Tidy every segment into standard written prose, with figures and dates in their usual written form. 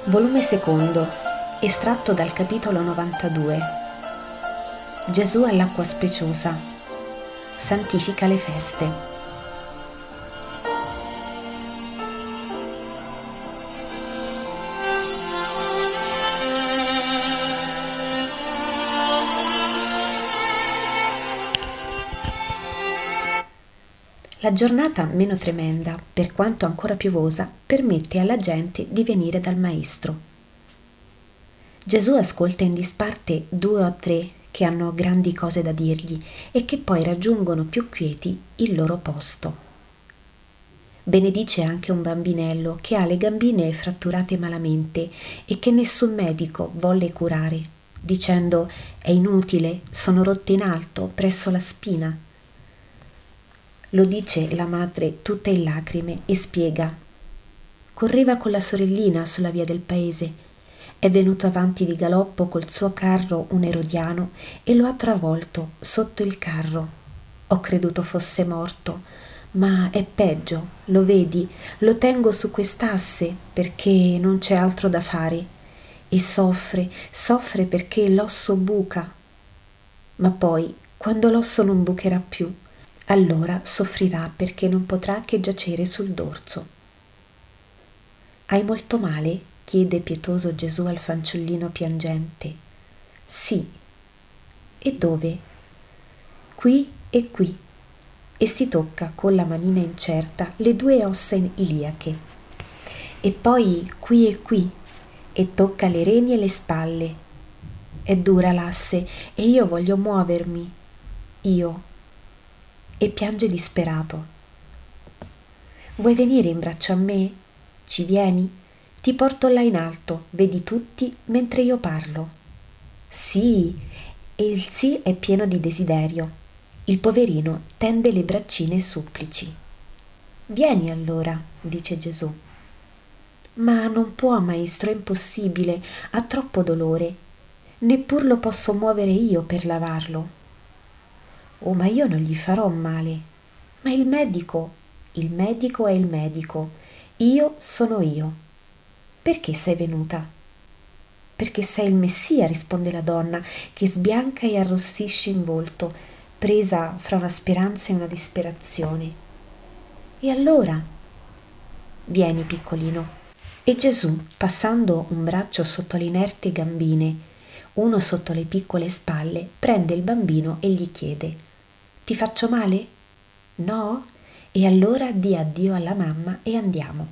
Volume secondo, estratto dal capitolo 92. Gesù all'acqua speciosa. Santifica le feste. La giornata meno tremenda, per quanto ancora piovosa, permette alla gente di venire dal Maestro. Gesù ascolta in disparte 2 o 3 che hanno grandi cose da dirgli e che poi raggiungono più quieti il loro posto. Benedice anche un bambinello che ha le gambine fratturate malamente e che nessun medico volle curare, dicendo: «È inutile, sono rotte in alto, presso la spina». Lo dice la madre tutta in lacrime e spiega: correva con la sorellina sulla via del paese, è venuto avanti di galoppo col suo carro un erodiano e lo ha travolto sotto il carro. Ho creduto fosse morto, ma è peggio, lo vedi, lo tengo su quest'asse perché non c'è altro da fare e soffre perché l'osso buca. Ma poi, quando l'osso non bucherà più, allora soffrirà perché non potrà che giacere sul dorso. Hai molto male? Chiede pietoso Gesù al fanciullino piangente. Sì. E dove? Qui e qui. E si tocca con la manina incerta le 2 ossa iliache. E poi qui e tocca le reni e le spalle. È dura l'asse e io voglio muovermi. Io. E piange disperato. Vuoi venire in braccio a me? Ci vieni? Ti porto là in alto, vedi tutti mentre io parlo. Sì, e il sì è pieno di desiderio. Il poverino tende le braccine supplici. Vieni allora, dice Gesù. Ma non può, maestro, è impossibile, ha troppo dolore. Neppur lo posso muovere io per lavarlo. Oh, ma io non gli farò male. Ma il medico è il medico. Io sono io. Perché sei venuta? Perché sei il Messia, risponde la donna, che sbianca e arrossisce in volto, presa fra una speranza e una disperazione. E allora? Vieni, piccolino. E Gesù, passando un braccio sotto le inerti gambine, uno sotto le piccole spalle, prende il bambino e gli chiede: ti faccio male? No? E allora di addio alla mamma e andiamo.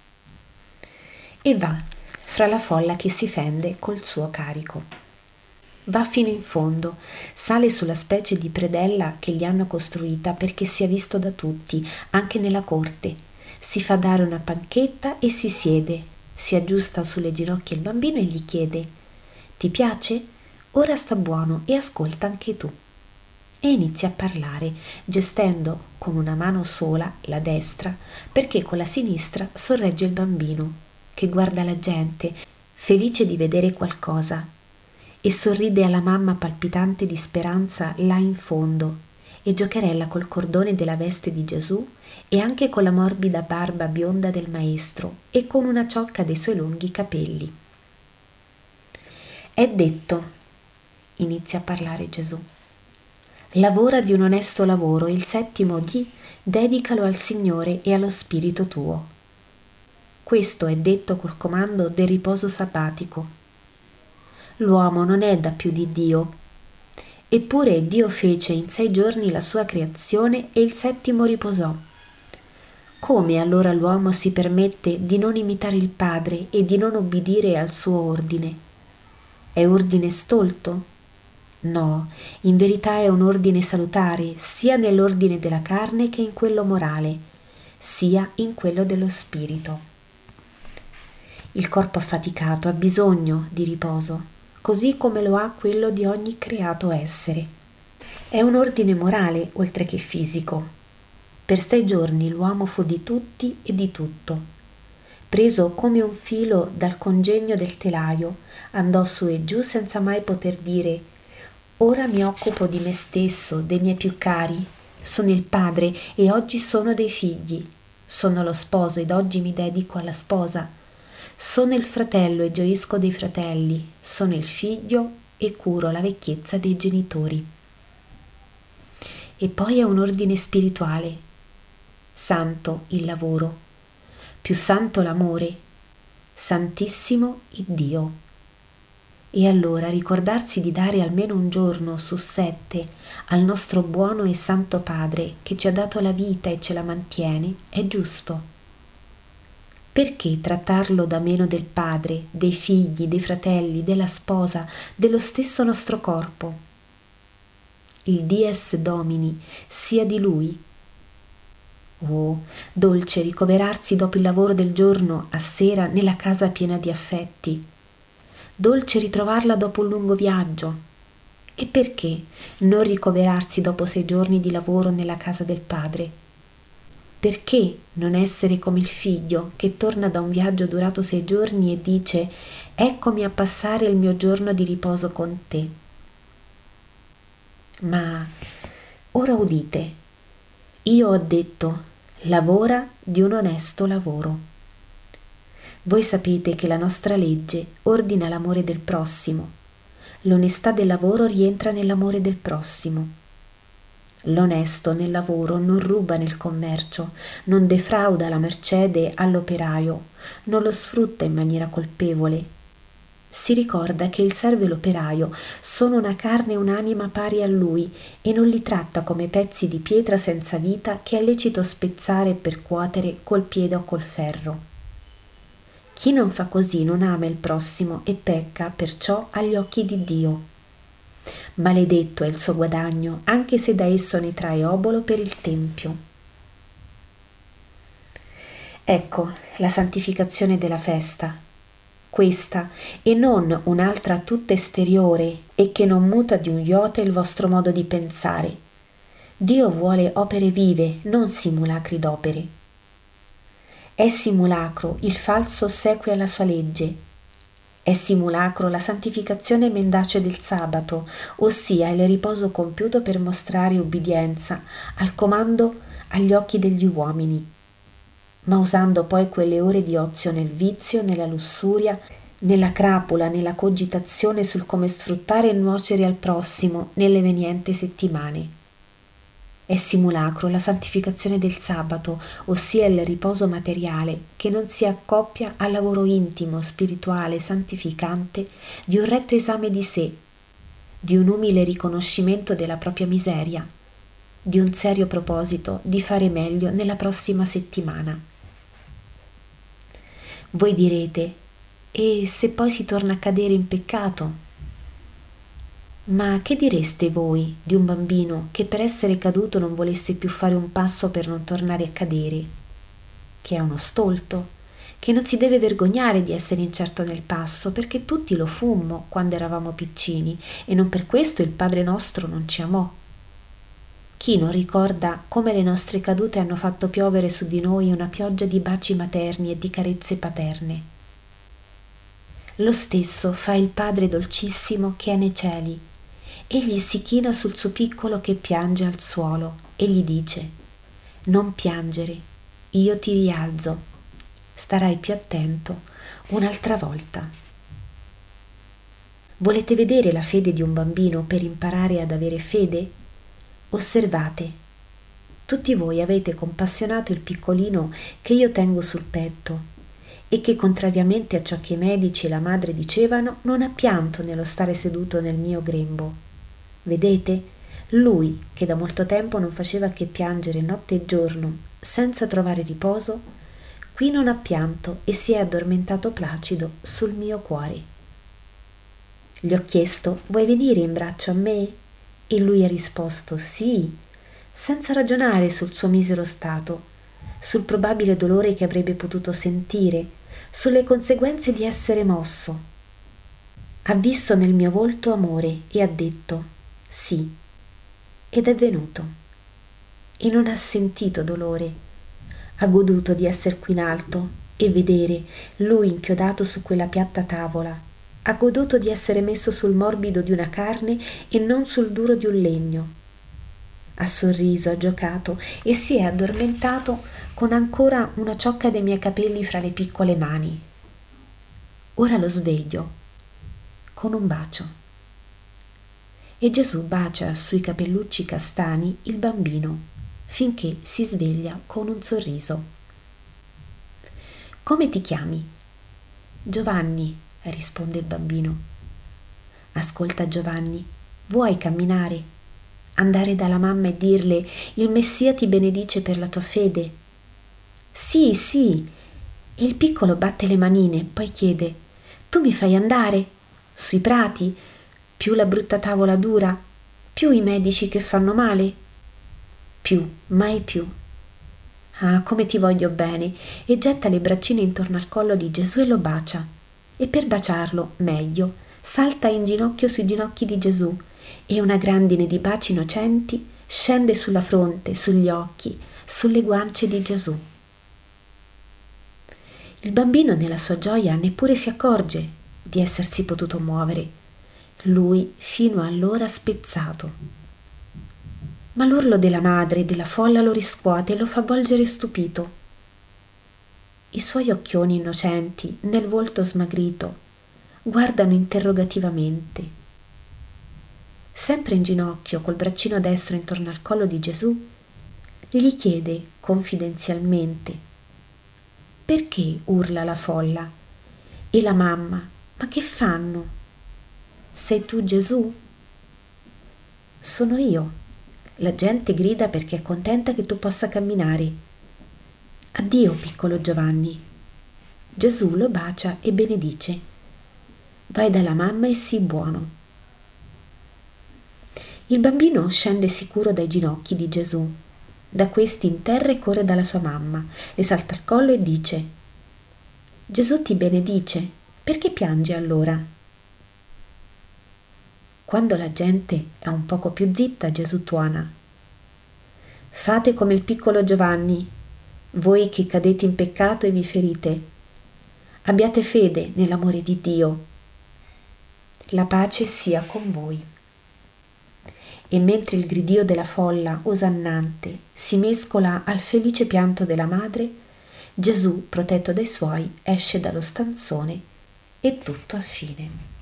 E va fra la folla che si fende col suo carico. Va fino in fondo, sale sulla specie di predella che gli hanno costruita perché sia visto da tutti, anche nella corte. Si fa dare una panchetta e si siede, si aggiusta sulle ginocchia il bambino e gli chiede: ti piace? Ora sta buono e ascolta anche tu. E inizia a parlare, gestendo con una mano sola, la destra, perché con la sinistra sorregge il bambino, che guarda la gente, felice di vedere qualcosa, e sorride alla mamma palpitante di speranza là in fondo, e giocherella col cordone della veste di Gesù e anche con la morbida barba bionda del maestro e con una ciocca dei suoi lunghi capelli. È detto, inizia a parlare Gesù. Lavora di un onesto lavoro, il 7° dedicalo al Signore e allo spirito tuo. Questo è detto col comando del riposo sabbatico. L'uomo non è da più di Dio. Eppure Dio fece in 6 giorni la sua creazione e il 7° riposò. Come allora l'uomo si permette di non imitare il Padre e di non obbedire al suo ordine? È ordine stolto? No, in verità è un ordine salutare, sia nell'ordine della carne che in quello morale, sia in quello dello spirito. Il corpo affaticato ha bisogno di riposo, così come lo ha quello di ogni creato essere. È un ordine morale oltre che fisico. Per 6 giorni l'uomo fu di tutti e di tutto. Preso come un filo dal congegno del telaio, andò su e giù senza mai poter dire: ora mi occupo di me stesso, dei miei più cari. Sono il padre e oggi sono dei figli. Sono lo sposo ed oggi mi dedico alla sposa. Sono il fratello e gioisco dei fratelli, sono il figlio e curo la vecchiezza dei genitori. E poi è un ordine spirituale. Santo il lavoro, più santo l'amore, santissimo il Dio. E allora ricordarsi di dare almeno un giorno su 7 al nostro buono e santo Padre che ci ha dato la vita e ce la mantiene è giusto. Perché trattarlo da meno del padre, dei figli, dei fratelli, della sposa, dello stesso nostro corpo? Il dies Domini sia di Lui. Oh, dolce ricoverarsi dopo il lavoro del giorno a sera nella casa piena di affetti. Dolce ritrovarla dopo un lungo viaggio. E perché non ricoverarsi dopo 6 giorni di lavoro nella casa del padre? Perché non essere come il figlio che torna da un viaggio durato 6 giorni e dice: eccomi a passare il mio giorno di riposo con te? Ma ora udite, io ho detto: lavora di un onesto lavoro. Voi sapete che la nostra legge ordina l'amore del prossimo. L'onestà del lavoro rientra nell'amore del prossimo. L'onesto nel lavoro non ruba nel commercio, non defrauda la mercede all'operaio, non lo sfrutta in maniera colpevole. Si ricorda che il servo e l'operaio sono una carne e un'anima pari a lui e non li tratta come pezzi di pietra senza vita che è lecito spezzare e percuotere col piede o col ferro. Chi non fa così non ama il prossimo e pecca perciò agli occhi di Dio. Maledetto è il suo guadagno, anche se da esso ne trae obolo per il tempio. Ecco la santificazione della festa, questa e non un'altra tutta esteriore e che non muta di un iote il vostro modo di pensare. Dio vuole opere vive, non simulacri d'opere. È simulacro il falso ossequio alla sua legge. È simulacro la santificazione mendace del sabato, ossia il riposo compiuto per mostrare ubbidienza al comando agli occhi degli uomini, ma usando poi quelle ore di ozio nel vizio, nella lussuria, nella crapula, nella cogitazione sul come sfruttare e nuocere al prossimo nelle venienti settimane. È simulacro la santificazione del sabato, ossia il riposo materiale, che non si accoppia al lavoro intimo, spirituale, santificante di un retto esame di sé, di un umile riconoscimento della propria miseria, di un serio proposito di fare meglio nella prossima settimana. Voi direte: e se poi si torna a cadere in peccato? Ma che direste voi di un bambino che per essere caduto non volesse più fare un passo per non tornare a cadere? Che è uno stolto, che non si deve vergognare di essere incerto nel passo, perché tutti lo fummo quando eravamo piccini e non per questo il Padre nostro non ci amò. Chi non ricorda come le nostre cadute hanno fatto piovere su di noi una pioggia di baci materni e di carezze paterne? Lo stesso fa il Padre dolcissimo che è nei cieli. Egli si china sul suo piccolo che piange al suolo e gli dice: non piangere, io ti rialzo, starai più attento un'altra volta. Volete vedere la fede di un bambino per imparare ad avere fede? Osservate, tutti voi avete compassionato il piccolino che io tengo sul petto e che, contrariamente a ciò che i medici e la madre dicevano, non ha pianto nello stare seduto nel mio grembo. Vedete? Lui, che da molto tempo non faceva che piangere notte e giorno, senza trovare riposo, qui non ha pianto e si è addormentato placido sul mio cuore. Gli ho chiesto: vuoi venire in braccio a me? E lui ha risposto sì, senza ragionare sul suo misero stato, sul probabile dolore che avrebbe potuto sentire, sulle conseguenze di essere mosso. Ha visto nel mio volto amore e ha detto sì, ed è venuto. E non ha sentito dolore. Ha goduto di essere qui in alto e vedere lui inchiodato su quella piatta tavola. Ha goduto di essere messo sul morbido di una carne e non sul duro di un legno. Ha sorriso, ha giocato e si è addormentato con ancora una ciocca dei miei capelli fra le piccole mani. ora lo sveglio con un bacio. E Gesù bacia sui capellucci castani il bambino finché si sveglia con un sorriso. Come ti chiami? Giovanni, risponde il bambino. Ascolta Giovanni, vuoi camminare? Andare dalla mamma e dirle: il Messia ti benedice per la tua fede? Sì, sì. E il piccolo batte le manine, poi chiede: tu mi fai andare? Sui prati? Più la brutta tavola dura? Più i medici che fanno male? Più, mai più. Ah, come ti voglio bene! E getta le braccine intorno al collo di Gesù e lo bacia. E per baciarlo, meglio, salta in ginocchio sui ginocchi di Gesù e una grandine di baci innocenti scende sulla fronte, sugli occhi, sulle guance di Gesù. Il bambino nella sua gioia neppure si accorge di essersi potuto muovere, lui fino allora spezzato. Ma l'urlo della madre e della folla lo riscuote e lo fa volgere stupito. I suoi occhioni innocenti, nel volto smagrito, guardano interrogativamente. Sempre in ginocchio, col braccino destro intorno al collo di Gesù, gli chiede confidenzialmente: perché urla la folla? E la mamma: ma che fanno? Sei tu Gesù? Sono io. La gente grida perché è contenta che tu possa camminare. Addio, piccolo Giovanni. Gesù lo bacia e benedice. Vai dalla mamma e sii buono. Il bambino scende sicuro dai ginocchi di Gesù. Da questi in terra e corre dalla sua mamma, le salta al collo e dice: Gesù ti benedice, perché piangi allora? Quando la gente è un poco più zitta, Gesù tuona: fate come il piccolo Giovanni, voi che cadete in peccato e vi ferite. Abbiate fede nell'amore di Dio. La pace sia con voi. E mentre il gridio della folla osannante si mescola al felice pianto della madre, Gesù, protetto dai suoi, esce dallo stanzone e tutto a fine.